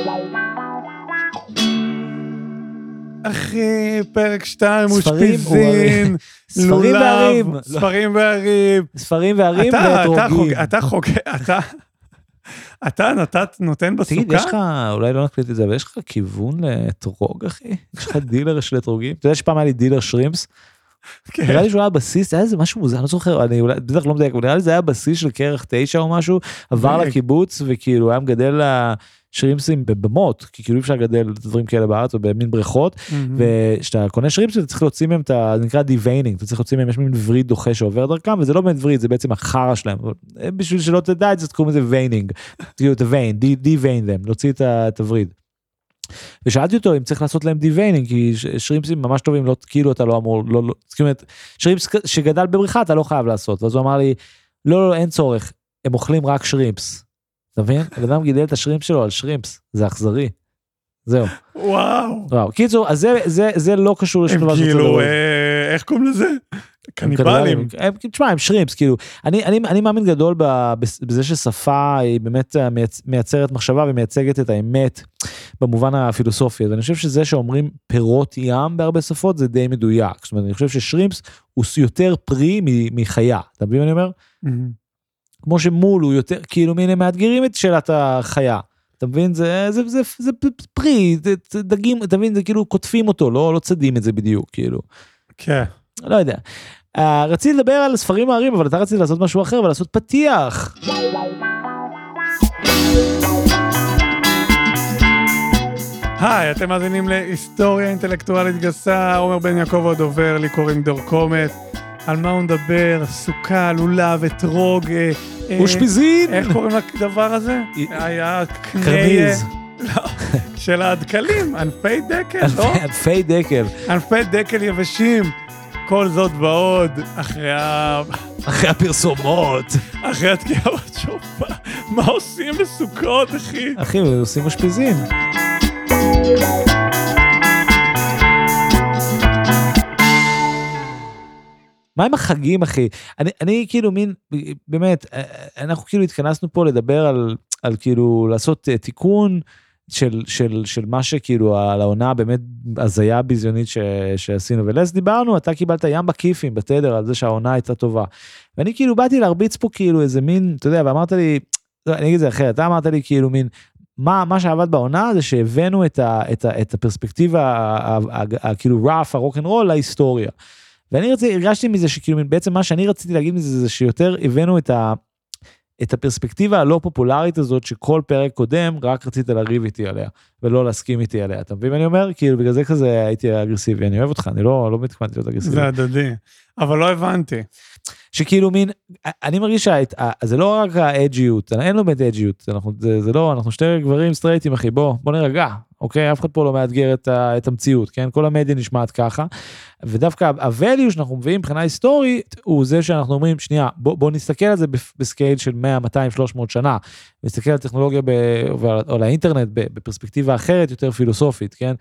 אחי, פרק 2, אושפיזין, לולב, ספרים וערים. ספרים וערים ואתרוגים. אתה נותן בסוכה? תגיד, יש לך, אולי לא נקליט את זה, אבל יש לך כיוון לאתרוג, אחי? יש לך דילר של אתרוגים? אתה יודע שפעם היה לי דילר שרימפס? נראה לי שהוא היה בסיס, היה איזה משהו מוזר, אני לא זוכר, אני בטח לא מדייק, אבל נראה לי זה היה בסיס של כרך 9 או משהו, עבר לקיבוץ, וכאילו היה מגדל שרימפסים בבמות, כי כאילו אפשר לגדל דברים כאלה בארץ, או במין בריכות, ושאתה קונה שרימפסים, אתה צריך להוציא מהם, זה נקרא דיוויינינג, אתה צריך להוציא מהם, יש מין וריד דוחה שעובר דרכם, וזה לא באמת וריד, זה בעצם החרה שלהם, בשביל שלא תדע את זה, תקום איזה ויינינג, כאילו את הוויין, דיוויין them, להוציא את הווריד. ושאלתי אותו אם צריך לעשות להם דיוויינינג, כי שרימפסים ממש טובים, לא, כאילו אתה לא אמור, לא, זאת אומרת, שרימפס שגדל בבריכה, אתה לא חייב לעשות, ואז הוא אמר לי, לא, אין צורך, הם אוכלים רק שרימפס. אתה מבין? אדם גידל את השרימפס שלו על שרימפס, זה אחזרי. זהו. וואו. קיצור, אז זה לא קשור לשום דבר. הם כאילו, איך קוראים לזה? קניבלים. תשמע, הם שרימפס, כאילו. אני מאמין גדול בזה ששפה היא באמת מייצרת מחשבה ומייצגת את האמת במובן הפילוסופי. ואני חושב שזה שאומרים פירות ים בהרבה שפות, זה די מדויק. זאת אומרת, אני חושב ששרימפס הוא יותר פרי מחיה. אתה מבין מה אני אומר? כמו שמול הוא יותר, כאילו מיני מאתגרים את שאלת החיה. אתה מבין? זה פרי, דגים, אתה מבין? זה כאילו כותפים אותו, לא צדים את זה בדיוק, כאילו. כן. לא יודע. רציתי לדבר על ספרים הערים, אבל אתה רציתי לעשות משהו אחר, ולעשות פתיח. היי, אתם מאזינים להיסטוריה אינטלקטואלית גסה, עומר בן יעקב עוד עובר, לי קוראים דור קומט. על מה הוא מדבר? סוכה, לולב, אתרוג, אושפיזין. איך קוראים לדבר הזה? היה קרמיז. לא, של הדקלים, ענפי דקל, לא? ענפי דקל. ענפי דקל יבשים. כל זאת ועוד, אחרי הפרסומות. אחרי התקיעות שופה. מה עושים בסוכות, אחי? אחי, עושים אושפיזין. מה עם החגים, אחי? אני כאילו מין, באמת, אנחנו כאילו התכנסנו פה לדבר על כאילו לעשות תיקון של מה שכאילו על העונה באמת הזיה ביזיונית שעשינו, ולס דיברנו, אתה קיבלת ים בכיפים, בתדר, על זה שהעונה הייתה טובה. ואני כאילו באתי להרביץ פה כאילו איזה מין, אתה יודע, ואמרת לי, אני אגיד זה אחרת, אתה אמרת לי כאילו מין, מה שעבד בעונה זה שהבאנו את הפרספקטיבה, כאילו רף, הרוק'נ'רול להיסטוריה. ואני הרגשתי מזה שכאילו בעצם מה שאני רציתי להגיד מזה זה שיותר הבאנו את הפרספקטיבה הלא פופולרית הזאת שכל פרק קודם רק רצית לריב איתי עליה ולא להסכים איתי עליה. אתה מבין מה אני אומר? כאילו בגלל זה כזה הייתי אגרסיבי, אני אוהב אותך, אני לא מתכוונתי להיות אגרסיבי. זה הדדי, אבל לא הבנתי. שכאילו מין, אני מרגיש שזה לא רק האג'יות, אין לו באמת אג'יות, זה לא, אנחנו שתי גברים סטרייטים אחי, בוא נרגע, אוקיי? אף אחד פה לא מאתגר את המציאות, כן? כל המדיה נשמעת ככה, ודווקא הvalue שאנחנו מביאים מבחינה היסטורית, הוא זה שאנחנו אומרים, שנייה, בוא נסתכל על זה בסקייל של 100, 200, 300 שנה, נסתכל על טכנולוגיה או על האינטרנט בפרספקטיבה אחרת, יותר פילוסופית, כן?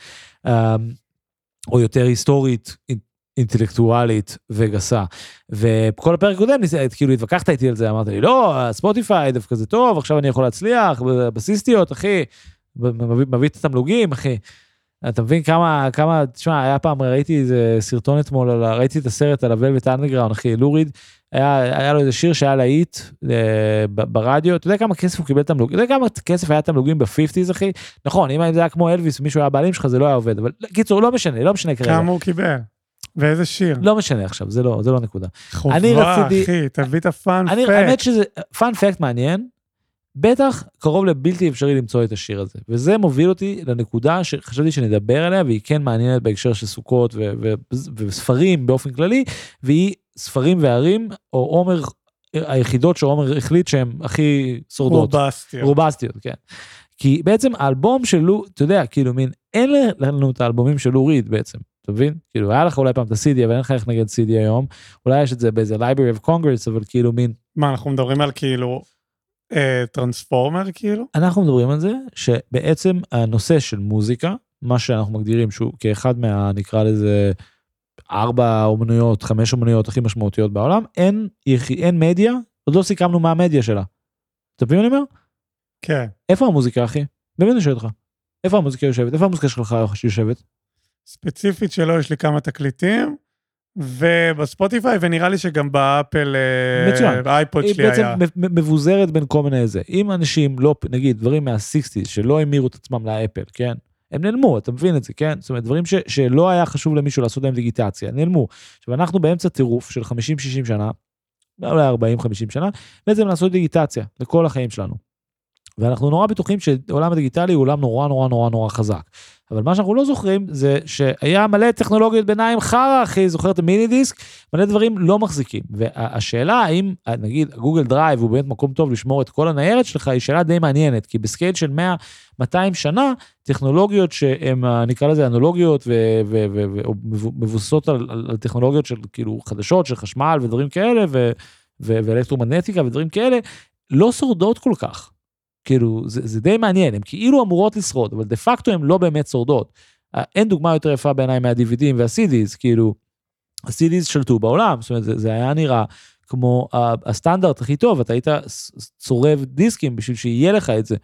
או יותר היסטורית, אינטלקטואלית וגסה, וכל הפרק קודם, כאילו התווכחת איתי על זה, אמרת לי, לא, ספוטיפיי דווקא זה טוב, עכשיו אני יכול להצליח, בסיסטיות, אחי, מביא את התמלוגים, אחי, אתה מבין כמה, תשמע, היה פעם, ראיתי איזה סרטון אתמול, ראיתי את הסרט על הוולווט אנדרגראונד, אחי, לוריד, היה לו איזה שיר שהיה להיט ברדיו, אתה יודע כמה כסף הוא קיבל תמלוגים, אתה יודע כמה כסף היה תמלוגים ב-50s, אחי? נכון, אם זה היה כמו אלוויס, מישהו היה בעלים שלך, זה לא היה עובד, אבל קיצור, לא משנה כרגע. כמה הוא קיבל? ואיזה שיר? לא משנה עכשיו, זה לא נקודה. חובה, אחי, תביא את הפאנ פקט. האמת שזה פאנ פקט מעניין, בטח קרוב לבלתי אפשרי למצוא את השיר הזה, וזה מוביל אותי לנקודה שחשבתי שנדבר עליה, והיא כן מעניינת בהקשר של סוכות וספרים באופן כללי, והיא ספרים וערים, או עומר, היחידות שעומר החליט שהן הכי שורדות. רובסטיות, כן. כי בעצם האלבום שלו, אתה יודע, כאילו מין, אין לנו את האלבומים של לוריד בעצם. אתה מבין? כאילו, היה לך אולי פעם את ה-CD, אבל אין לך איך נגד CD היום. אולי יש את זה באיזה Library of Congress, אבל כאילו מין... מה, אנחנו מדברים על כאילו טרנספורמר, כאילו? אנחנו מדברים על זה, שבעצם הנושא של מוזיקה, מה שאנחנו מגדירים שהוא כאחד נקרא לזה 4 אומנויות, 5 אומנויות הכי משמעותיות בעולם, אין מדיה, עוד לא סיכמנו מה המדיה שלה. אתה מבין מה אני אומר? כן. איפה המוזיקה, אחי? באמת אני שואל אותך. איפה המוזיקה יושבת? איפה המוזיקה שלך יושבת? ספציפית שלו יש לי כמה תקליטים, ובספוטיפיי, ונראה לי שגם באפל, האייפוד שלי היה. היא בעצם מבוזרת בין כל מיני זה. אם אנשים לא, נגיד, דברים מה-60s, שלא המירו את עצמם לאפל, כן? הם נעלמו, אתה מבין את זה, כן? זאת אומרת, דברים שלא היה חשוב למישהו לעשות להם דיגיטציה, נעלמו. עכשיו, אנחנו באמצע טירוף של 50-60 שנה, אולי 40-50 שנה, בעצם לעשות דיגיטציה לכל החיים שלנו. ואנחנו נורא בטוחים שעולם הדיגיטלי הוא עולם נורא נורא נורא נורא חזק. אבל מה שאנחנו לא זוכרים זה שהיה מלא טכנולוגיות ביניים חרא, אחי, זוכר את המיני דיסק? מלא דברים לא מחזיקים. והשאלה האם, נגיד, גוגל דרייב הוא באמת מקום טוב לשמור את כל הניירת שלך, היא שאלה די מעניינת, כי בסקייל של 100-200 שנה, טכנולוגיות שהן, נקרא לזה, אנלוגיות ומבוססות על טכנולוגיות של כאילו חדשות, של חשמל ודברים כאלה, ואלקטרומגנטיקה ודברים כאלה, לא שורדות כל כך. כאילו, זה די מעניין, הן כאילו אמורות לשרוד, אבל דה פקטו הן לא באמת שורדות. אין דוגמה יותר יפה בעיניי מה-DVDs וה-CDs, כאילו, ה-CDs שלטו בעולם, זאת אומרת, זה היה נראה כמו הסטנדרט הכי טוב, אתה היית צורב דיסקים בשביל שיהיה לך את זה.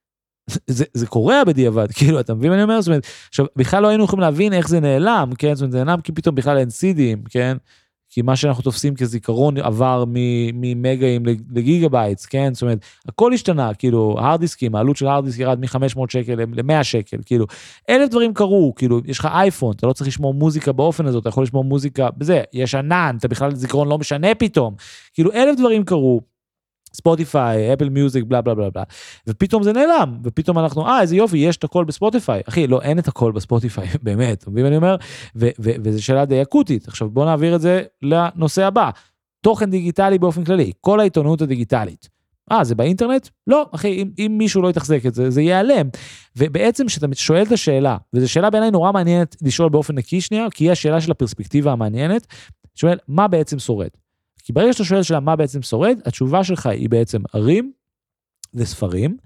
זה קורה בדיעבד, כאילו, אתה מבין מה אני אומר? זאת אומרת, עכשיו, בכלל לא היינו יכולים להבין איך זה נעלם, כן? זאת אומרת, זה נעלם כי פתאום בכלל אין CDs, כן? כי מה שאנחנו תופסים כזיכרון עבר ממגאים לגיגה בייטס, כן? זאת אומרת, הכל השתנה, כאילו, הרדיסקים, העלות של הרדיסק ירד מ-500 שקל ל-100 שקל, כאילו, 1,000 דברים קרו, כאילו, יש לך אייפון, אתה לא צריך לשמור מוזיקה באופן הזה, אתה יכול לשמור מוזיקה בזה, יש ענן, אתה בכלל זיכרון לא משנה פתאום, כאילו, 1,000 דברים קרו, ספוטיפיי, אפל מיוזיק, בלה בלה בלה בלה, ופתאום זה נעלם, ופתאום אנחנו, איזה יופי, יש את הכל בספוטיפיי, אחי, לא, אין את הכל בספוטיפיי, באמת, אתה מבין מה אני אומר? וזו שאלה די אקוטית, עכשיו בוא נעביר את זה לנושא הבא, תוכן דיגיטלי באופן כללי, כל העיתונות הדיגיטלית, זה באינטרנט? לא, אחי, אם מישהו לא יתחזק את זה, זה ייעלם, ובעצם שאתה שואל את השאלה, וזו שאלה בעיניי נורא מעניינת לשאול באופן נקי שנייה, כי היא השאלה של הפרספקטיבה המעניינת, שואל, מה בעצם שורד? כי ברגע שאתה שואל שאלה מה בעצם שורד, התשובה שלך היא בעצם ערים וספרים,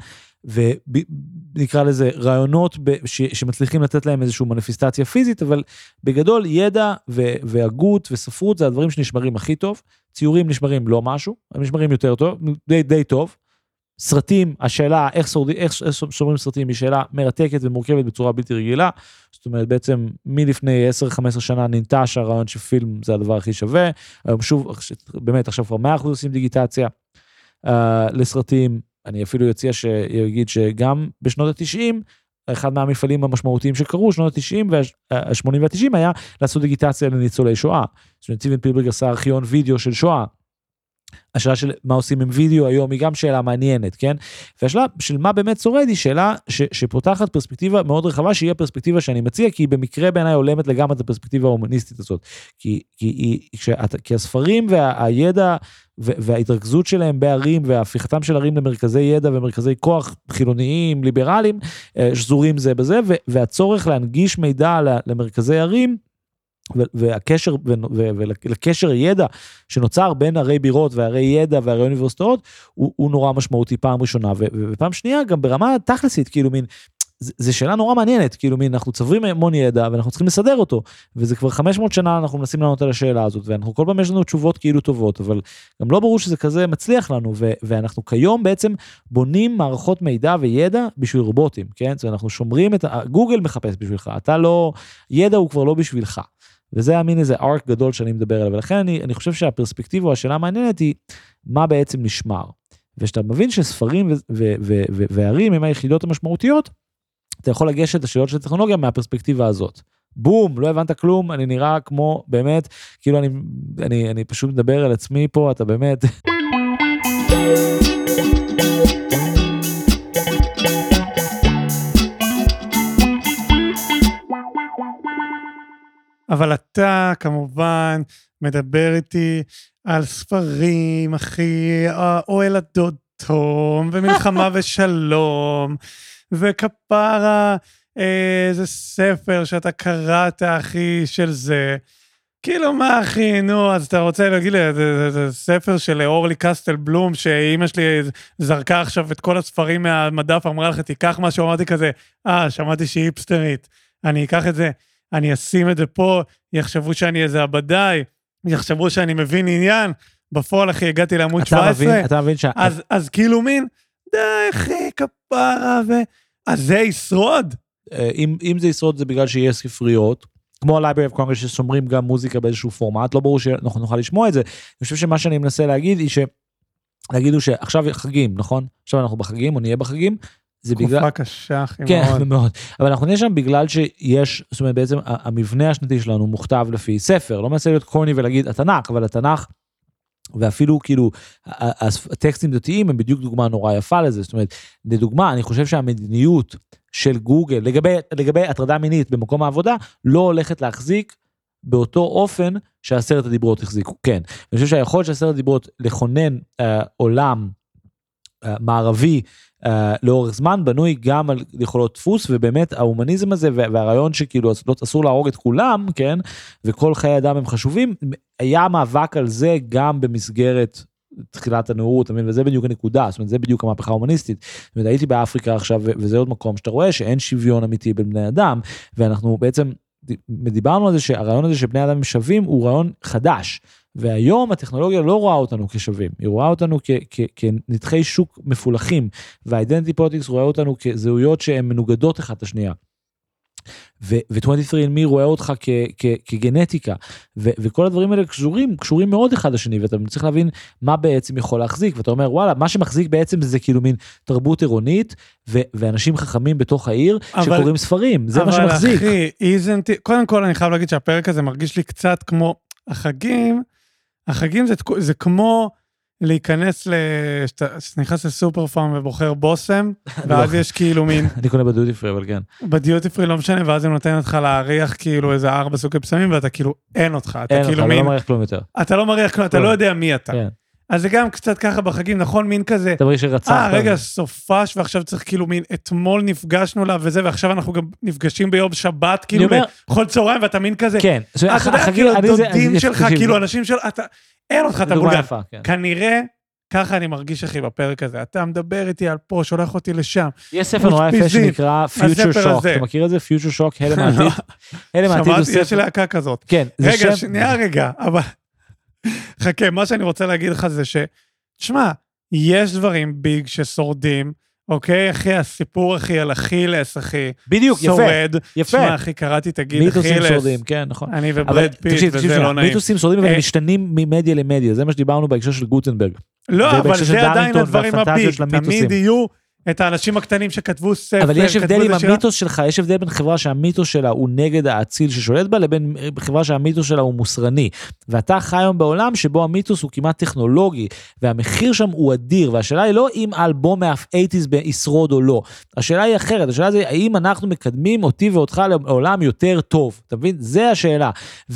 ונקרא לזה רעיונות שמצליחים לתת להם איזושהי מניפיסטציה פיזית, אבל בגדול ידע והגות וספרות זה הדברים שנשמרים הכי טוב, ציורים נשמרים לא משהו, הם נשמרים יותר טוב, די טוב, סרטים, השאלה איך שומרים סרטים היא שאלה מרתקת ומורכבת בצורה בלתי רגילה, זאת אומרת בעצם מלפני 10-15 שנה ננטש הרעיון שפילם זה הדבר הכי שווה, היום שוב, באמת עכשיו כבר 100% עושים דיגיטציה לסרטים, אני אפילו יציע שיגיד שגם בשנות ה-90, אחד מהמפעלים המשמעותיים שקרו, שנות ה-90 וה-80 וה-90 היה לעשות דיגיטציה לניצולי שואה, זאת אומרת סטיבן ספילברג עשה ארכיון וידאו של שואה, השאלה של מה עושים עם וידאו היום היא גם שאלה מעניינת, כן? והשאלה של מה באמת שורד היא שאלה שפותחת פרספקטיבה מאוד רחבה, שהיא הפרספקטיבה שאני מציע, כי היא במקרה בעיניי עולמת לגמרי את הפרספקטיבה ההומניסטית הזאת. כי הספרים והידע וההתרכזות שלהם בערים, והפיכתם של ערים למרכזי ידע ומרכזי כוח חילוניים, ליברליים, שזורים זה בזה, והצורך להנגיש מידע למרכזי ערים, והקשר, ולקשר ידע שנוצר בין ערי בירות וערי ידע וערי אוניברסיטאות, הוא נורא משמעותי פעם ראשונה, ופעם שנייה גם ברמה תכלסית, כאילו מין, זו שאלה נורא מעניינת, כאילו מין, אנחנו צברים המון ידע, ואנחנו צריכים לסדר אותו, וזה כבר 500 שנה אנחנו מנסים לענות על השאלה הזאת, ואנחנו כל פעם יש לנו תשובות כאילו טובות, אבל גם לא ברור שזה כזה מצליח לנו, ואנחנו כיום בעצם בונים מערכות מידע וידע בשביל רובוטים, כן? אז אנחנו שומרים את, גוגל מחפש בשבילך, אתה לא, ידע הוא כבר לא בשבילך. וזה המין איזה ארק גדול שאני מדבר עליו, ולכן אני חושב שהפרספקטיבה או השאלה המעניינת היא, מה בעצם נשמר. ושאתה מבין שספרים וערים הם היחידות המשמעותיות, אתה יכול לגשת לשאלות של טכנולוגיה מהפרספקטיבה הזאת. בום, לא הבנת כלום, אני נראה כמו באמת, כאילו אני פשוט מדבר על עצמי פה, אתה באמת... אבל אתה כמובן מדבר איתי על ספרים, אחי, אוהל הדוד תום, ומלחמה ושלום, וכפרה, איזה ספר שאתה קראת, אחי, של זה. כאילו מה, אחי, נו, אז אתה רוצה להגיד לי, זה ספר של אורלי קסטל בלום, שאמא שלי זרקה עכשיו את כל הספרים מהמדף, אמרה לך, תיקח משהו, אמרתי כזה, שמעתי שהיא היפסטרית, אני אקח את זה, אני אשים את זה פה, יחשבו שאני איזה עבדיי, יחשבו שאני מבין עניין, בפועל אחי, הגעתי לעמוד 17, אתה מבין אז כאילו מין, די אחי, כפרה, אז זה ישרוד, אם זה ישרוד זה בגלל שיש ספריות, כמו ה-Library of Congress ששומרים גם מוזיקה באיזשהו פורמט, לא ברור שאנחנו נוכל לשמוע את זה, אני חושב שמה שאני מנסה להגיד להגידו שעכשיו חגים, נכון? עכשיו אנחנו בחגים, או נהיה בחגים, זה בגלל... תקופה קשה, אחי, כן, מאוד. מאוד. אבל אנחנו נהיה שם בגלל שיש, זאת אומרת, בעצם המבנה השנתי שלנו מוכתב לפי ספר, לא מנסה להיות קורני ולהגיד התנ"ך, אבל התנ"ך, ואפילו כאילו, הטקסטים דתיים הם בדיוק דוגמה נורא יפה לזה, זאת אומרת, לדוגמה, אני חושב שהמדיניות של גוגל, לגבי הטרדה מינית במקום העבודה, לא הולכת להחזיק באותו אופן שעשרת הדיברות החזיקו, כן. אני חושב שהיכולת של עשרת הדיברות לכונן עולם מערבי לאורך זמן, בנוי גם על יכולות דפוס, ובאמת ההומניזם הזה, והרעיון שכאילו אסור להרוג את כולם, כן, וכל חיי אדם הם חשובים, היה מאבק על זה גם במסגרת תחילת הנאורות, וזה בדיוק הנקודה, זאת אומרת, זה בדיוק המהפכה ההומניסטית. זאת אומרת, הייתי באפריקה עכשיו, וזה עוד מקום שאתה רואה שאין שוויון אמיתי בין בני אדם, ואנחנו בעצם דיברנו על זה שהרעיון הזה שבני אדם הם שווים, הוא רעיון חדש, והיום הטכנולוגיה לא רואה אותנו כשווים, היא רואה אותנו כנתחי שוק מפולחים, והאידנטיטי פוליטיקס רואה אותנו כזהויות שהן מנוגדות אחת לשנייה. ו-23andMe רואה אותך כגנטיקה, וכל הדברים האלה קשורים מאוד אחד לשני, ואתה צריך להבין מה בעצם יכול להחזיק, ואתה אומר, וואלה, מה שמחזיק בעצם זה כאילו מין תרבות עירונית, ואנשים חכמים בתוך העיר, שקוראים ספרים, זה מה שמחזיק. אבל אחי, קודם כל אני חייב להגיד שהפרק הזה מרגיש לי קצת כמו החגים זה כמו להיכנס, שנכנס לסופר פארם ובוחר בוסם, ואז יש כאילו מין... אני קונה בדיוטי פרי, אבל כן. בדיוטי פרי לא משנה, ואז הם נותן אותך להריח כאילו איזה 4 סוגי פסמים, ואתה כאילו, אין אותך. אין אותך, אתה לא מריח כלום יותר. אתה לא מריח כלום, אתה לא יודע מי אתה. אז זה גם קצת ככה בחגים, נכון, מין כזה... אתה מריח שרצה. רגע, סופש, ועכשיו צריך כאילו מין, אתמול נפגשנו לה וזה, ועכשיו אנחנו גם נפגשים ביום שבת, כאילו בכל צהריים, ואתה מין כזה... כן. אתה יודע, כאילו, הדודים שלך, כאילו, אנשים של... אין אותך, אתה בולגן. כנראה, ככה אני מרגיש, אחי, בפרק הזה. אתה מדבר איתי על פה, שולח אותי לשם. יש ספר נורא יפה שנקרא Future Shock. אתה מכיר את זה? Future Shock, הלם העתיד. הלם העתיד הוא ספר. יש להקה כזאת. כן. רגע, שנייה רגע, אבל... חכה, מה שאני רוצה להגיד לך זה תשמע, יש דברים ביג ששורדים, אוקיי, אחי, הסיפור, אחי, על אכילס, אחי. בדיוק, שורד. יפה. תשמע, אחי, קראתי, תגיד, אכילס. מיתוסים שורדים, כן, נכון. אני וברד פיט, וזה לא נעים. מיתוסים שורדים, אבל משתנים ממדיה למדיה, זה מה שדיברנו בהקשר של גוטנברג. לא, אבל זה עדיין הדברים הביג, תמיד יהיו את האנשים הקטנים שכתבו ספר. אבל יש הבדל עם המיתוס שלך, יש הבדל בין חברה שהמיתוס שלה הוא נגד האציל ששולט בה, לבין חברה שהמיתוס שלה הוא מוסרני. ואתה חי היום בעולם שבו המיתוס הוא כמעט טכנולוגי, והמחיר שם הוא אדיר, והשאלה היא לא אם האלבום מה-80s ישרוד או לא. השאלה היא אחרת, השאלה היא האם אנחנו מקדמים אותי ואותך לעולם יותר טוב. אתה מבין? זה השאלה.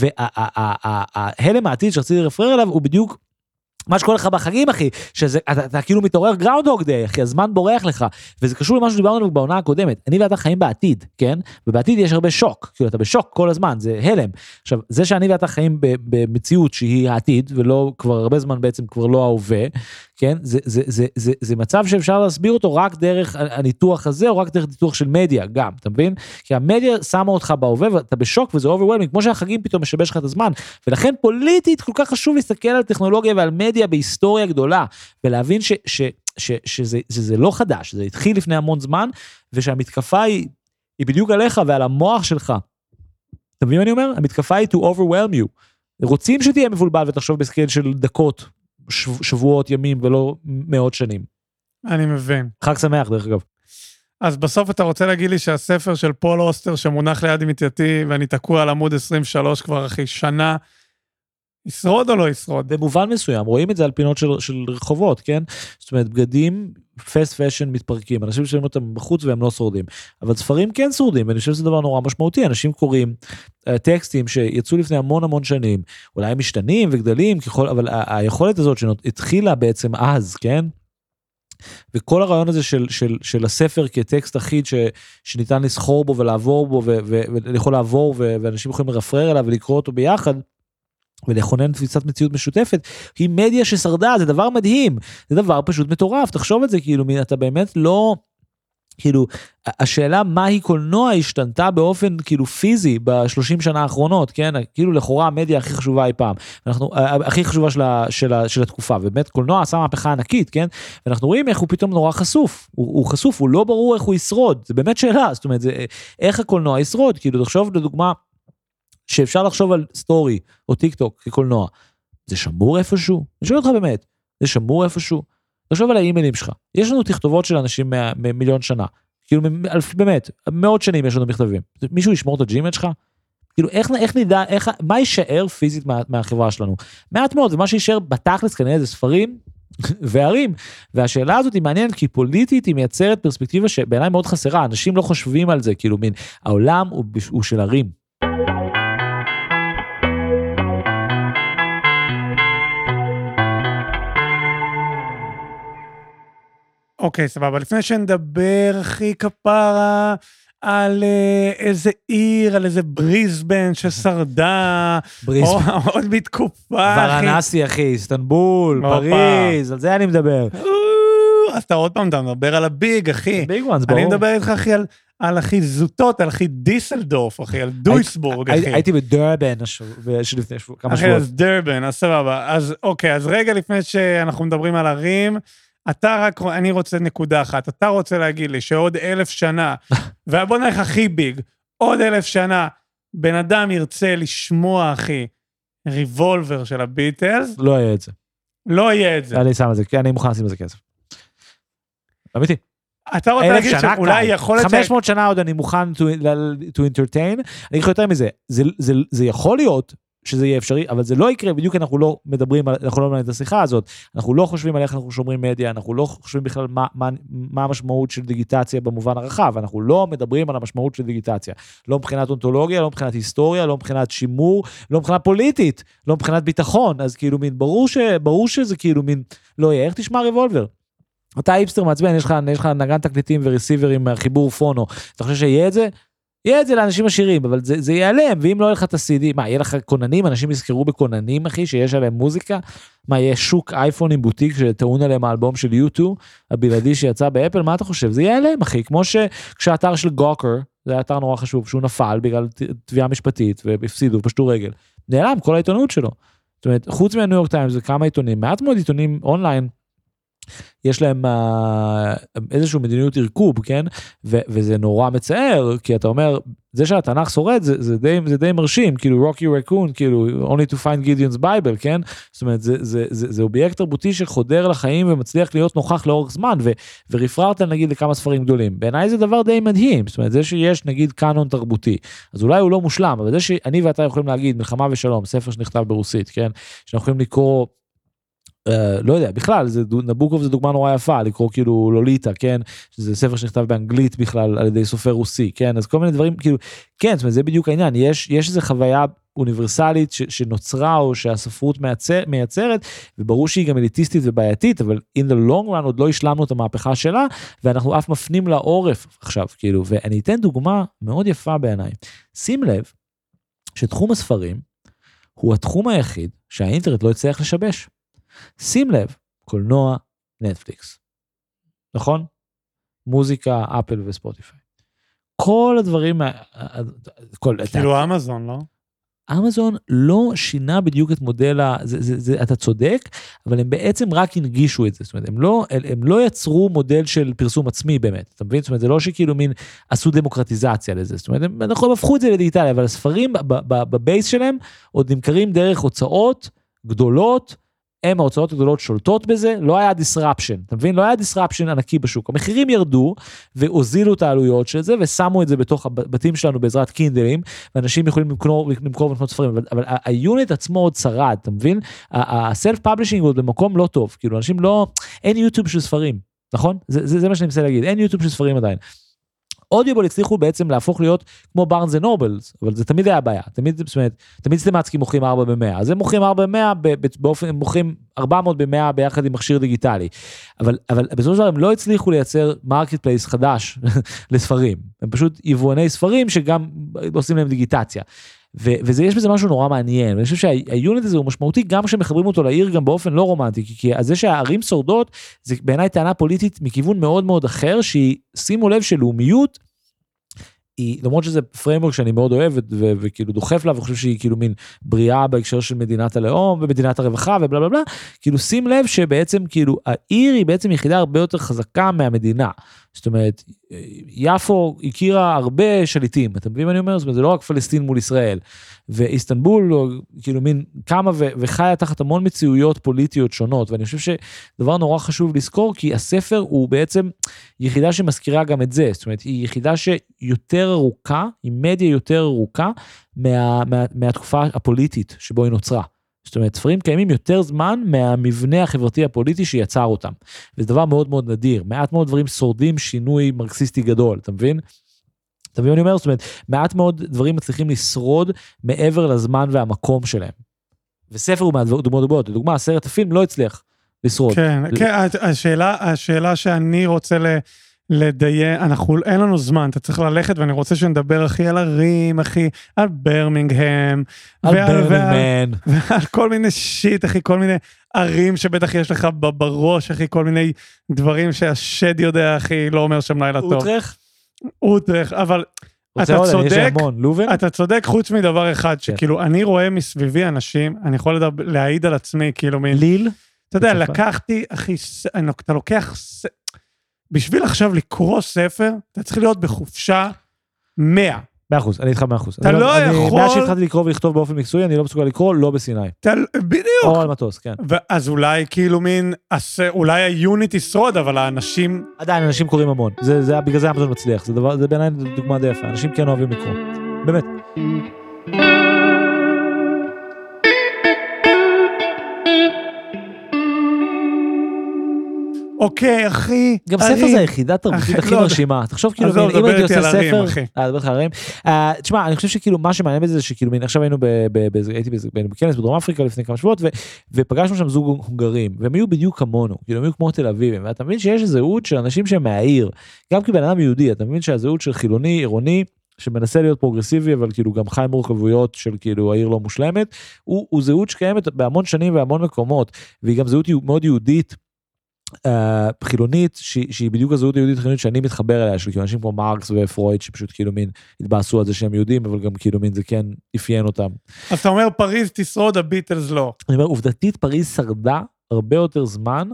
וההלם העתיד שרציתי לפרר אליו הוא בדיוק מה שקורה לך בחגים, אחי, אתה כאילו מתעורר גראונדהוג דיי, אחי, הזמן בורח לך, וזה קשור למה שדיברנו בעונה הקודמת, אני ואתה חיים בעתיד, כן? ובעתיד יש הרבה שוק, כאילו אתה בשוק כל הזמן, זה הלם. עכשיו, זה שאני ואתה חיים במציאות שהיא העתיד, ולא כבר הרבה זמן בעצם כבר לא ההווה, כן? זה מצב שאפשר להסביר אותו רק דרך הניתוח הזה, או רק דרך ניתוח של מדיה, גם, אתה מבין? כי המדיה שמה אותך בהווה, ואתה בשוק, וזה overwhelming, כמו שהחגים פתאום משבש לך את הזמן, ולכן פוליטית כל כך חשוב להסתכל על טכנולוגיה ועל מדיה בהיסטוריה גדולה, ולהבין שזה לא חדש, זה התחיל לפני המון זמן, ושהמתקפה היא בדיוק עליך ועל המוח שלך. אתה מבין מה אני אומר? המתקפה היא to overwhelm you. רוצים שתהיה מבולבל ותחשוב בסקייל של דקות, שבועות, ימים, ולא מאות שנים. אני מבין. חג שמח, דרך אגב. אז בסוף אתה רוצה להגיד לי שהספר של פול אוסטר, שמונח ליד מיטתי, ואני תקוע על עמוד 23 כבר אחרי שנה, ישרוד או לא ישרוד? במובן מסוים, רואים את זה על פינות של רחובות, כן? זאת אומרת, בגדים, פסט פשן מתפרקים, אנשים שמים אותם בחוץ והם לא שורדים, אבל ספרים כן שורדים, ואני חושב שזה דבר נורא משמעותי, אנשים קוראים טקסטים שיצאו לפני המון שנים, אולי הם משתנים וגדלים, אבל היכולת הזאת שהתחילה בעצם אז, כן? וכל הרעיון הזה של הספר כטקסט אחיד שניתן לסחור בו ולעבור בו, ויכול לעבור, ואנשים יכולים לרפרר אליו ולקרוא אותו ביחד, ולכונן תפיסת מציאות משותפת, היא מדיה ששרדה, זה דבר מדהים, זה דבר פשוט מטורף, תחשוב את זה, כאילו, אתה באמת לא, כאילו, השאלה מהי קולנוע השתנתה באופן כאילו פיזי ב-30 שנה האחרונות, כן? כאילו לכאורה המדיה הכי חשובה אי פעם, הכי חשובה של התקופה, ובאמת קולנוע עשה מהפכה ענקית, כן? ואנחנו רואים איך הוא פתאום נורא חשוף, הוא חשוף, הוא לא ברור איך הוא ישרוד, זה באמת שאלה, זאת אומרת, איך הקולנוע ישרוד, כאילו תחשוב לדוגמה, שאפשר לחשוב על סטורי או טיק טוק כקולנוע, זה שמור איפשהו? אני שואל אותך באמת, זה שמור איפשהו? תחשוב על האימיילים שלך, יש לנו תכתובות של אנשים מיליון שנה, כאילו באמת, מאות שנים יש לנו מכתבים, מישהו ישמור את הג'ימייל שלך? כאילו איך נדע, מה יישאר פיזית מהחברה שלנו? מעט מאוד, ומה שישאר בתכלס כנראה זה ספרים וערים, והשאלה הזאת היא מעניינת, כי פוליטית היא מייצרת פרספקטיבה שבעיניי מאוד חסרה, אנשים לא חושבים על זה, כאילו מין, העולם הוא של ערים. אוקיי, סבבה, לפני שנדבר, אחי כפרה, על איזה עיר, על איזה בריסבן ששרדה, או עוד בתקופה, אחי. ורנסי, אחי, איסטנבול, פריז, על זה אני מדבר. אז אתה עוד פעם, אתה מדבר על הביג, אחי. ביג וואנס, ברור. אני מדבר איתך, אחי, על אחי זוטות, על אחי דיסלדורף, אחי, על דויסבורג, אחי. הייתי בדרבן שלפני כמה שבועות. אחי, אז דרבן, אז סבבה. אז אוקיי, אז רגע לפני שאנחנו מדברים על ערים, אני רוצה נקודה אחת, אתה רוצה להגיד לי שעוד 1,000 שנה, ובוא נלך הכי ביג, עוד 1,000 שנה, בן אדם ירצה לשמוע, אחי, ריבולבר של הביטלס, לא יהיה את זה. לא יהיה את זה. אני שם את זה, כי אני מוכן לשים את זה כסף. אמיתי. אתה רוצה להגיד שאולי יכול להיות 500 שנה עוד אני מוכן to entertain, אני חושב יותר מזה, זה יכול להיות, שזה יהיה אפשרי, אבל זה לא יקרה, בדיוק אנחנו לא מדברים, אנחנו לא מדברים את השיחה הזאת, אנחנו לא חושבים על איך אנחנו שומרים מדיה, אנחנו לא חושבים בכלל מה המשמעות של דיגיטציה במובן הרחב, אנחנו לא מדברים על המשמעות של דיגיטציה, לא מבחינת אונתולוגיה, לא מבחינת היסטוריה, לא מבחינת שימור, לא מבחינת פוליטית, לא מבחינת ביטחון, אז כאילו מין, ברור שזה כאילו מין, לא יהיה, איך תשמע ריבולבר? אתה איפסטר מעצבן, יש לך נגן תקליטים וריסיברים מהחיבור פונו, אתה חושב שיהיה את זה? יהיה את זה לאנשים עשירים, אבל זה ייעלם, ואם לא יהיה לך את ה-CD, מה, יהיה לך קוננים, אנשים יזכרו בקוננים, אחי, שיש עליהם מוזיקה, מה, יהיה שוק אייפון עם בוטיק שטעון עליהם האלבום של U2, הבלעדי שיצא באפל, מה אתה חושב? זה ייעלם, אחי, כמו כשהאתר של גוקר, זה היה אתר נורא חשוב, שהוא נפל בגלל תביעה משפטית, והפסידו, פשטו רגל, נעלם כל העיתונות שלו, זאת אומרת, חוץ מהניו יורק טיימס וכמה עיתונים, מעט מאוד עיתונים אונליין, יש להם איזשהו מדיניות ערכוב, כן? וזה נורא מצער, כי אתה אומר, זה שהתנ"ך שורד, זה די מרשים, כאילו Rocky Raccoon, כאילו only to find Gideon's Bible, כן? זאת אומרת, זה אובייקט תרבותי שחודר לחיים ומצליח להיות נוכח לאורך זמן, ורפררת נגיד לכמה ספרים גדולים. בעיניי זה דבר די מדהים, זאת אומרת, זה שיש נגיד קאנון תרבותי, אז אולי הוא לא מושלם, אבל זה שאני ואתה יכולים להגיד מלחמה ושלום, ספר שנכתב ברוסית, כן? שאנחנו יכולים לקרוא לא יודע, בכלל, נבוקוב זה דוגמה נורא יפה, לקרוא כאילו לוליטה, כן, שזה ספר שנכתב באנגלית בכלל על ידי סופר רוסי, כן, אז כל מיני דברים, כאילו, כן, זאת אומרת, זה בדיוק העניין, יש איזו חוויה אוניברסלית שנוצרה או שהספרות מייצרת, וברור שהיא גם אליטיסטית ובעייתית, אבל in the long run עוד לא השלמנו את המהפכה שלה, ואנחנו אף מפנים לעורף עכשיו, כאילו, ואני אתן דוגמה מאוד יפה בעיניי, שים לב שתחום הספרים הוא התחום היחיד שהאינטרנט לא יצליח לשבש. שים לב, קולנוע, נטפליקס, נכון? מוזיקה, אפל וספוטיפיי. כל הדברים, כאילו אמזון, לא? אמזון לא שינה בדיוק את מודל, אתה צודק, אבל הם בעצם רק הנגישו את זה, זאת אומרת, הם לא יצרו מודל של פרסום עצמי באמת, אתה מבין? זאת אומרת, זה לא שכאילו מין עשו דמוקרטיזציה לזה, זאת אומרת, הם הפכו את זה לדיגיטלי, אבל הספרים בבייס שלהם עוד נמכרים דרך הוצאות גדולות, הם ההוצאות הגדולות שולטות בזה, לא היה disruption, אתה מבין? לא היה disruption ענקי בשוק, המחירים ירדו והוזילו את העלויות של זה, ושמו את זה בתוך הבתים שלנו בעזרת קינדלים, ואנשים יכולים למכור ולקנות ספרים, אבל היוניט עצמו עוד שרד, אתה מבין? הסלף פאבלישינג הוא במקום לא טוב, כאילו אנשים לא, אין יוטיוב של ספרים, נכון? זה מה שאני מנסה להגיד, אין יוטיוב של ספרים עדיין. אודיובול הצליחו בעצם להפוך להיות כמו בארנס אנד נובלס, אבל זה תמיד היה בעיה, תמיד סטמצקי מוכרים 4 ב-100, אז הם מוכרים 4 ב-100, הם מוכרים 400 ב-100 ביחד עם מכשיר דיגיטלי, אבל בסופו של דבר הם לא הצליחו לייצר מרקט פלייס חדש לספרים, הם פשוט יבואני ספרים שגם עושים להם דיגיטציה, וזה יש בזה משהו נורא מעניין, ואני חושב שהיוניט הזה הוא משמעותי גם כשמחברים אותו לעיר גם באופן לא רומנטי, כי זה שהערים שורדות, זה בעיניי טענה פוליטית מכיוון מאוד מאוד אחר, שהיא, שימו לב שלאומיות, היא, למרות שזה פריימורק שאני מאוד אוהב, וכאילו דוחף לה, וחושב שהיא כאילו מין בריאה בהקשר של מדינת הלאום, ומדינת הרווחה, ובלה בלה בלה, כאילו שים לב שבעצם כאילו, העיר היא בעצם יחידה הרבה יותר חזקה מהמדינה, זאת אומרת, יפו הכירה הרבה שליטים, אתם מבינים מה אני אומר? זאת אומרת, זה לא רק פלסטין מול ישראל, ואיסטנבול, כאילו מין קמה וחיה תחת המון מציאויות פוליטיות שונות, ואני חושב שדבר נורא חשוב לזכור, כי הספר הוא בעצם יחידה שמזכירה גם את זה, זאת אומרת, היא יחידה שיותר ארוכה, היא מדיה יותר ארוכה, מהתקופה הפוליטית שבו היא נוצרה. זאת אומרת, ספרים קיימים יותר זמן מהמבנה החברתי הפוליטי שיצר אותם. וזה דבר מאוד מאוד נדיר. מעט מאוד דברים שורדים שינוי מרקסיסטי גדול, אתה מבין? אתה מבין מה אני אומר? זאת אומרת, מעט מאוד דברים מצליחים לשרוד מעבר לזמן והמקום שלהם. וספר הוא מהדוגמאות הבאות. לדוגמה, הסרט הפילם לא הצליח לשרוד. כן, השאלה שאני רוצה לדיין, אין לנו זמן, אתה צריך ללכת, ואני רוצה שנדבר הכי על ערים, הכי על ברמינגהם, ועל כל מיני שיט, אחי, כל מיני ערים שבטח יש לך בראש, אחי, כל מיני דברים שהשד יודע, אחי, לא אומר שם לילה טוב. אוטרח, אבל אתה צודק חוץ מדבר אחד, שכאילו אני רואה מסביבי אנשים, אני יכול להעיד על עצמי, כאילו מין... ליל? אתה יודע, לקחתי, אחי, אתה לוקח... בשביל עכשיו לקרוא ספר, אתה צריך להיות בחופשה 100. 100%, אני איתך 100%. אתה לא יכול... מאז שהתחלתי לקרוא ולכתוב באופן מקצועי, אני לא מסוגל לקרוא, לא בסיני. בדיוק. או על מטוס, כן. אז אולי כאילו מין, אולי היוניט ישרוד, אבל האנשים... עדיין, אנשים קוראים המון. בגלל זה אמזון מצליח. זה בעיניי דוגמה די יפה. אנשים כן אוהבים לקרוא. באמת. אוקיי, אחי. גם ספר זה היחידה תרבותית הכי מרשימה. תחשוב כאילו, אם הייתי עושה ספר... דבר לך ערים. תשמע, אני חושב שכאילו, מה שמעניין בזה, שכאילו, עכשיו היינו בכנס בדרום אפריקה לפני כמה שבועות, ופגשנו שם זוג הונגרים, והם היו בדיוק כמונו, כאילו, הם היו כמו תל אביב, ואתה מבין שיש זהות של אנשים שהם מהעיר, גם כבן אדם יהודי, אתה מבין שהזהות של חילוני, עירוני, שמנסה להיות פרוגרסיבי, אבל כאילו גם חי מורכבויות של כאילו העיר לא מושלמת, הוא זהות שקיימת בהמון שנים והמון מקומות, והיא גם זהות מאוד יהודית, חילונית, שהיא בדיוק הזהות היהודית חילונית שאני מתחבר אליה, של כאילו אנשים כמו מרקס ופרויד, שפשוט כאילו מין התבאסו על זה שהם יהודים, אבל גם כאילו מין זה כן אפיין אותם. אז אתה אומר פריז תשרוד, הביטלס לא. אני אומר, עובדתית פריז שרדה הרבה יותר זמן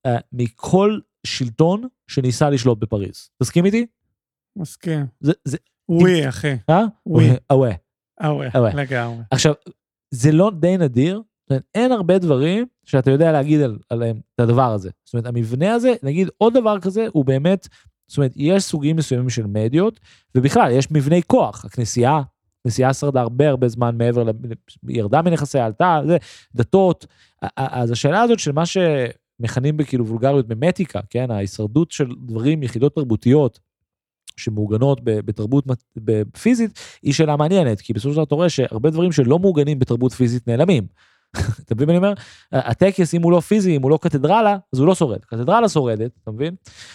מכל שלטון שניסה לשלוט בפריז. תסכים איתי? מסכים. ווי, אחי. ווי. אווה. אווה, לגמרי. עכשיו, זה לא די נדיר, אין הרבה דברים שאתה יודע להגיד עליהם את הדבר הזה. זאת אומרת, המבנה הזה, נגיד עוד דבר כזה, הוא באמת, זאת אומרת, יש סוגים מסוימים של מדיות, ובכלל, יש מבני כוח. הכנסייה שרדה הרבה זמן מעבר, ירדה מנכסיה, עלתה, דתות. אז השאלה הזאת של מה שמכנים בכאילו וולגריות במתיקה, כן, ההישרדות של דברים, יחידות תרבותיות, שמעוגנות בתרבות פיזית, היא שאלה מעניינת, כי בסופו של דבר אתה רואה שהרבה דברים שלא מעוגנים בתרבות פיזית נעלמים. אתה מבין מה אני אומר? הטקס, אם הוא לא פיזי, אם הוא לא קתדרלה, אז הוא לא שורד. קתדרלה שורדת, אתה מבין?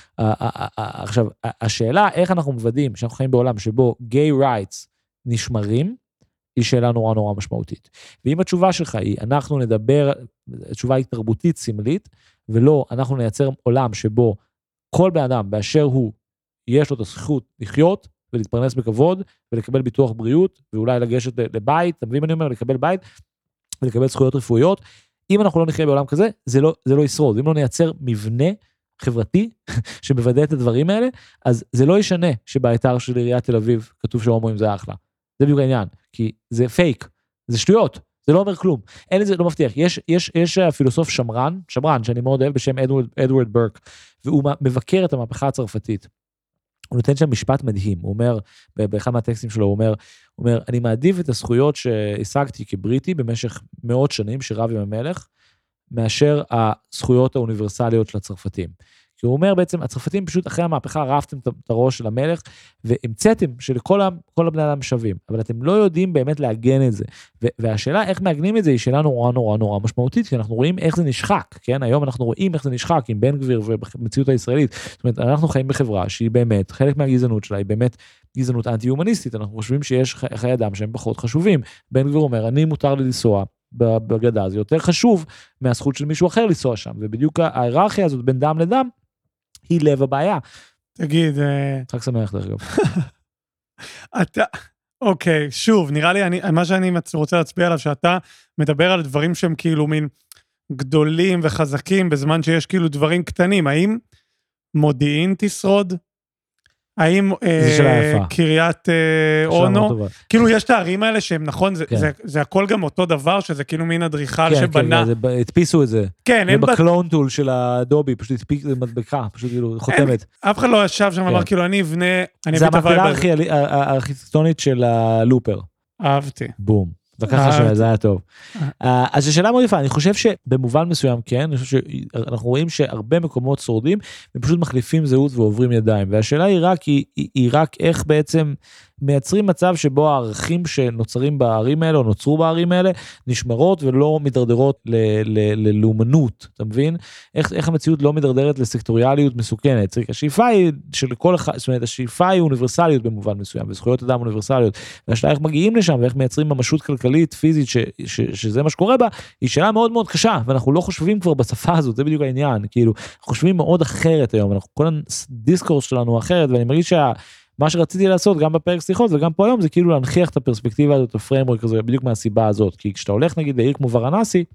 עכשיו, השאלה איך אנחנו מוודאים שאנחנו חיים בעולם שבו גיי רייטס נשמרים, היא שאלה נורא נורא משמעותית. ואם התשובה שלך היא, אנחנו נדבר, התשובה היא תרבותית סמלית, ולא, אנחנו נייצר עולם שבו כל בן אדם באשר הוא, יש לו את הזכות לחיות ולהתפרנס בכבוד, ולקבל ביטוח בריאות, ואולי לגשת לבית, אתה מבין מה אני אומר? לקבל בית, ולקבל זכויות רפואיות. אם אנחנו לא נחיה בעולם כזה, זה לא ישרוד. אם לא נייצר מבנה חברתי שמוודא את הדברים האלה, אז זה לא ישנה שבאתר של עיריית תל אביב כתוב שהומואים זה אחלה. זה בדיוק העניין, כי זה פייק, זה שטויות, זה לא אומר כלום. אין לזה, לא מבטיח. יש פילוסוף שמרן שאני מאוד אוהב בשם אדוארד ברק, והוא מבקר את המהפכה הצרפתית. הוא נותן שם משפט מדהים, הוא אומר, באחד מהטקסטים שלו, הוא אומר, אני מעדיף את הזכויות שהשגתי כבריטי במשך מאות שנים שרב עם המלך, מאשר הזכויות האוניברסליות של הצרפתים. כי כי הוא אומר בעצם, הצרפתים פשוט אחרי המהפכה רפתם את הראש של המלך, והמצאתם שלכל הבני אדם שווים, אבל אתם לא יודעים באמת לעגן את זה, והשאלה איך מעגנים את זה, היא שאלה נורא נורא נורא משמעותית, כי אנחנו רואים איך זה נשחק, כן? היום אנחנו רואים איך זה נשחק עם בן גביר ובמציאות הישראלית, זאת אומרת, אנחנו חיים בחברה שהיא באמת, חלק מהגזענות שלה היא באמת גזענות אנטי-הומניסטית, אנחנו חושבים שיש חיי אדם שהם פחות חשובים. בן גביר אומר, אני מותר לי לנסוע בגדה, זה יותר חשוב מהזכות של מישהו אחר לנסוע שם, ובדיוק ההיררכיה הזאת בין דם לדם, היא לב הבעיה. תגיד... חג שמח דרך אגב. אוקיי, שוב, נראה לי, מה שאני רוצה להצביע עליו, שאתה מדבר על דברים שהם כאילו מין גדולים וחזקים, בזמן שיש כאילו דברים קטנים. האם מודיעין תשרוד? האם קריית אונו? כאילו יש את הערים האלה שהם נכון, זה הכל גם אותו דבר, שזה כאילו מין אדריכל שבנה. כן, הדפיסו את זה. כן. זה בקלון טול של הדובי, פשוט הדפיס, זה מדבקה, פשוט כאילו חותמת. אף אחד לא ישב שם, אמר כאילו אני אבנה, זה המקבילה הארכיטקטונית של הלופר. אהבתי. בום. וככה שזה היה טוב. אז השאלה מאוד יפה, אני חושב שבמובן מסוים כן, אני חושב שאנחנו רואים שהרבה מקומות שורדים, הם פשוט מחליפים זהות ועוברים ידיים, והשאלה היא רק איך בעצם מייצרים מצב שבו הערכים שנוצרים בערים האלה, או נוצרו בערים האלה, נשמרות ולא מדרדרות ללאומנות, אתה מבין? איך המציאות לא מדרדרת לסקטוריאליות מסוכנת? השאיפה היא של כל אחד, זאת אומרת, השאיפה היא אוניברסליות במובן מסוים, וזכויות אדם אוניברסליות, והשאלה איך מגיעים לשם, ואיך מייצרים ממשות כלכלית, פיזית, שזה מה שקורה בה, היא שאלה מאוד מאוד קשה, ואנחנו לא חושבים כבר בשפה הזאת, זה בדיוק העניין, כאילו, חושבים מאוד אחרת היום, כל הדיסקורס שלנו אחרת, ואני מרגיש מה שרציתי לעשות גם בפרק שיחות וגם פה היום זה כאילו להנחיח את הפרספקטיבה הזאת, הפריימורק הזה, בדיוק מהסיבה הזאת, כי כשאתה הולך נגיד לעיר כמו ורנסי,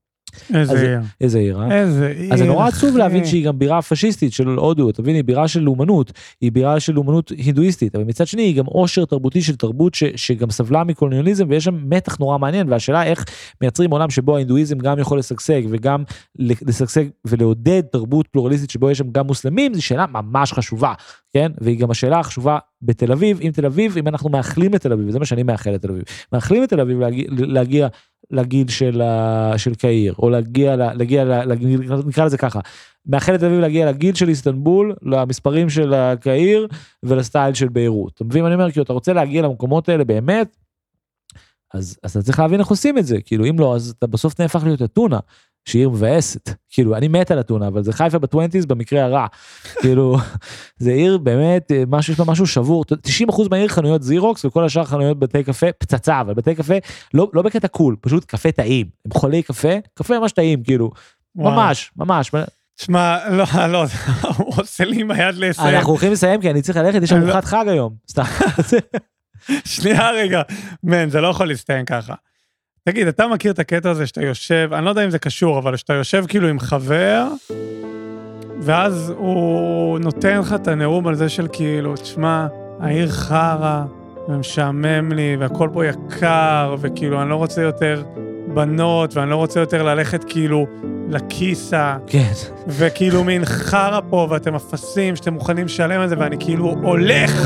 איזה עיר, אז זה נורא עצוב להבין שהיא גם בירה פשיסטית של הודו, אתה מבין, היא בירה של לאומנות, היא בירה של לאומנות הינדואיסטית, אבל מצד שני היא גם עושר תרבותי של תרבות שגם סבלה מקולוניאליזם, ויש שם מתח נורא מעניין, והשאלה איך מייצרים עולם שבו ההינדואיזם גם יכול לשגשג, וגם לשגשג ולעודד תרבות פלורליסטית שבו יש שם גם מוסלמים, זו שאלה ממש חשובה, כן? והיא גם השאלה החשובה בתל אביב, אם אנחנו מאחלים לתל אביב, וזה מה שאני מאחל לתל אביב, מאחלים לתל אביב להגיע לגיל של קהיר, או להגיע, נקרא לזה ככה, מאחל לתל אביב להגיע לגיל של איסטנבול, למספרים של קהיר, ולסטייל של ביירות. אתה מבין מה אני אומר? כי אתה רוצה להגיע למקומות האלה באמת, אז אתה צריך להבין איך עושים את זה, כאילו אם לא, אז אתה בסוף נהפך להיות אתונה, שהיא עיר מבאסת, כאילו אני מת על אתונה, אבל זה חיפה ב-20s במקרה הרע, כאילו זה עיר באמת, יש לה משהו שבור, 90% מהעיר חנויות זירוקס, וכל השאר חנויות בתי קפה, פצצה, אבל בתי קפה לא בקטע קול, פשוט קפה טעים, הם חולי קפה ממש טעים, כאילו, ממש. תשמע, לא, הוא עושה לי עם היד לסיים. אנחנו הולכים לסיים, כי אני צריך ללכת, יש ארוחת חג היום, סתם. שנייה רגע, זה לא יכול להסתיים ככה. תגיד, אתה מכיר את הקטע הזה שאתה יושב, אני לא יודע אם זה קשור, אבל שאתה יושב כאילו עם חבר, ואז הוא נותן לך את הנאום על זה של כאילו, תשמע, העיר חרה, ומשעמם לי, והכל פה יקר, וכאילו, אני לא רוצה יותר בנות, ואני לא רוצה יותר ללכת כאילו לכיסה, כן. וכאילו מין חרה פה, ואתם אפסים, שאתם מוכנים לשלם על זה, ואני כאילו הולך,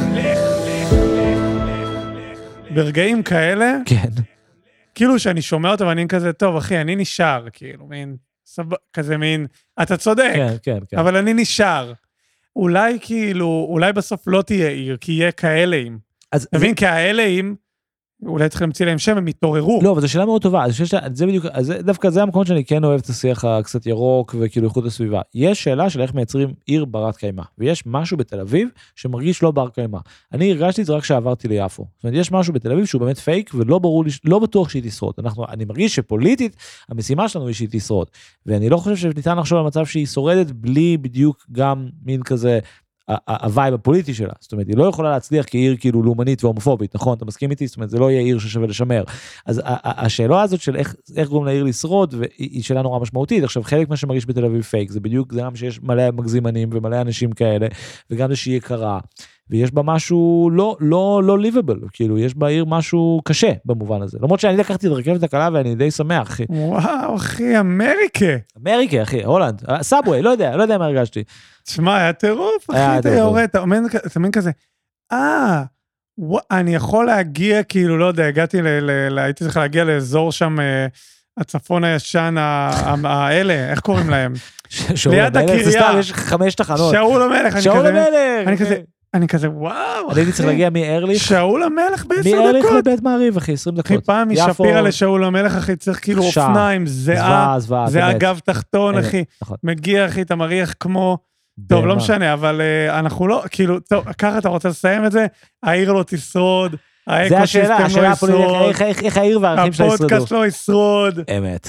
ברגעים כאלה, כן. כאילו שאני שומע אותו ואני כזה, טוב אחי, אני נשאר, כאילו, מין, כזה מין, אתה צודק, כן. אבל אני נשאר. אולי כאילו, אולי בסוף לא תהיה עיר, כי יהיה כאלהים. תבין, כאלהים, אולי צריך להמציא להם שם, הם יתעוררו. לא, אבל זו שאלה מאוד טובה, זה בדיוק, דווקא זה המקום שאני כן אוהב את השיח הקצת ירוק, וכאילו איכות הסביבה. יש שאלה של איך מייצרים עיר ברת קיימה, ויש משהו בתל אביב שמרגיש לא בר קיימה. אני הרגשתי את זה רק כשעברתי ליפו. זאת אומרת, יש משהו בתל אביב שהוא באמת פייק, ולא ברור לי, לא בטוח שהיא תשרוד. אני מרגיש שפוליטית, המשימה שלנו היא שהיא תשרוד. ואני לא חושב שניתן לחשוב על מצב שהיא שורדת בלי בדיוק גם מין כזה הווייב הפוליטי שלה, זאת אומרת, היא לא יכולה להצליח כעיר כאילו לאומנית והומופובית, נכון? אתה מסכים איתי? זאת אומרת, זה לא יהיה עיר ששווה לשמר. אז השאלה הזאת של איך גורם לעיר לשרוד, היא שאלה נורא משמעותית. עכשיו, חלק מה שמרגיש בתל אביב פייק, זה בדיוק זה גם שיש מלא מגזימנים ומלא אנשים כאלה, וגם זה שהיא יקרה, ויש בה משהו לא ליבבל, כאילו, יש בה עיר משהו קשה במובן הזה. למרות שאני לקחתי את רכבת הקלה ואני די שמח, אחי. וואו, אחי, אמריקה, אחי, הולנד, סאבווי, לא יודע מה הרגשתי. תשמע, היה טירוף, אחי, אתה יורד, אתה מבין כזה, אני יכול להגיע, כאילו, לא יודע, הייתי צריך להגיע לאזור שם, הצפון הישן, האלה, איך קוראים להם? שאול ליד המלך, זה הקריה. סתם, יש 5 תחנות. שאול המלך, שאול המלך! אני כזה, וואו, אני הייתי צריך להגיע מארליך. שאול המלך ב10 מארליך דקות. לבית מעריב, אחי, 20 דקות. אחי, פעם משפירה לשאול המלך, אחי, צריך כאילו אופניים, זהה, זה אגב תחתון, אחי. מגיע, אחי, אתה מריח כמו... טוב, לא משנה, אבל אנחנו לא, כאילו, טוב, ככה אתה רוצה לסיים את זה, העיר לא תשרוד, האקוסיסטם לא ישרוד, איך העיר והערכים שלה ישרדו. הפודקאסט לא ישרוד. אמת.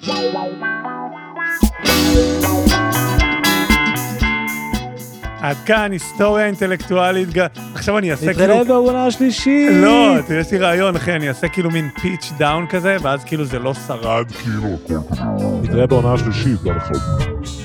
עד כאן היסטוריה אינטלקטואלית, עכשיו אני אעשה כאילו... נתראה בעונה השלישית. לא, יש לי רעיון, אחי, אני אעשה כאילו מין פיץ' דאון כזה, ואז כאילו זה לא שרד, כאילו הכל כזה. נתראה בעונה השלישית, דרך אגב.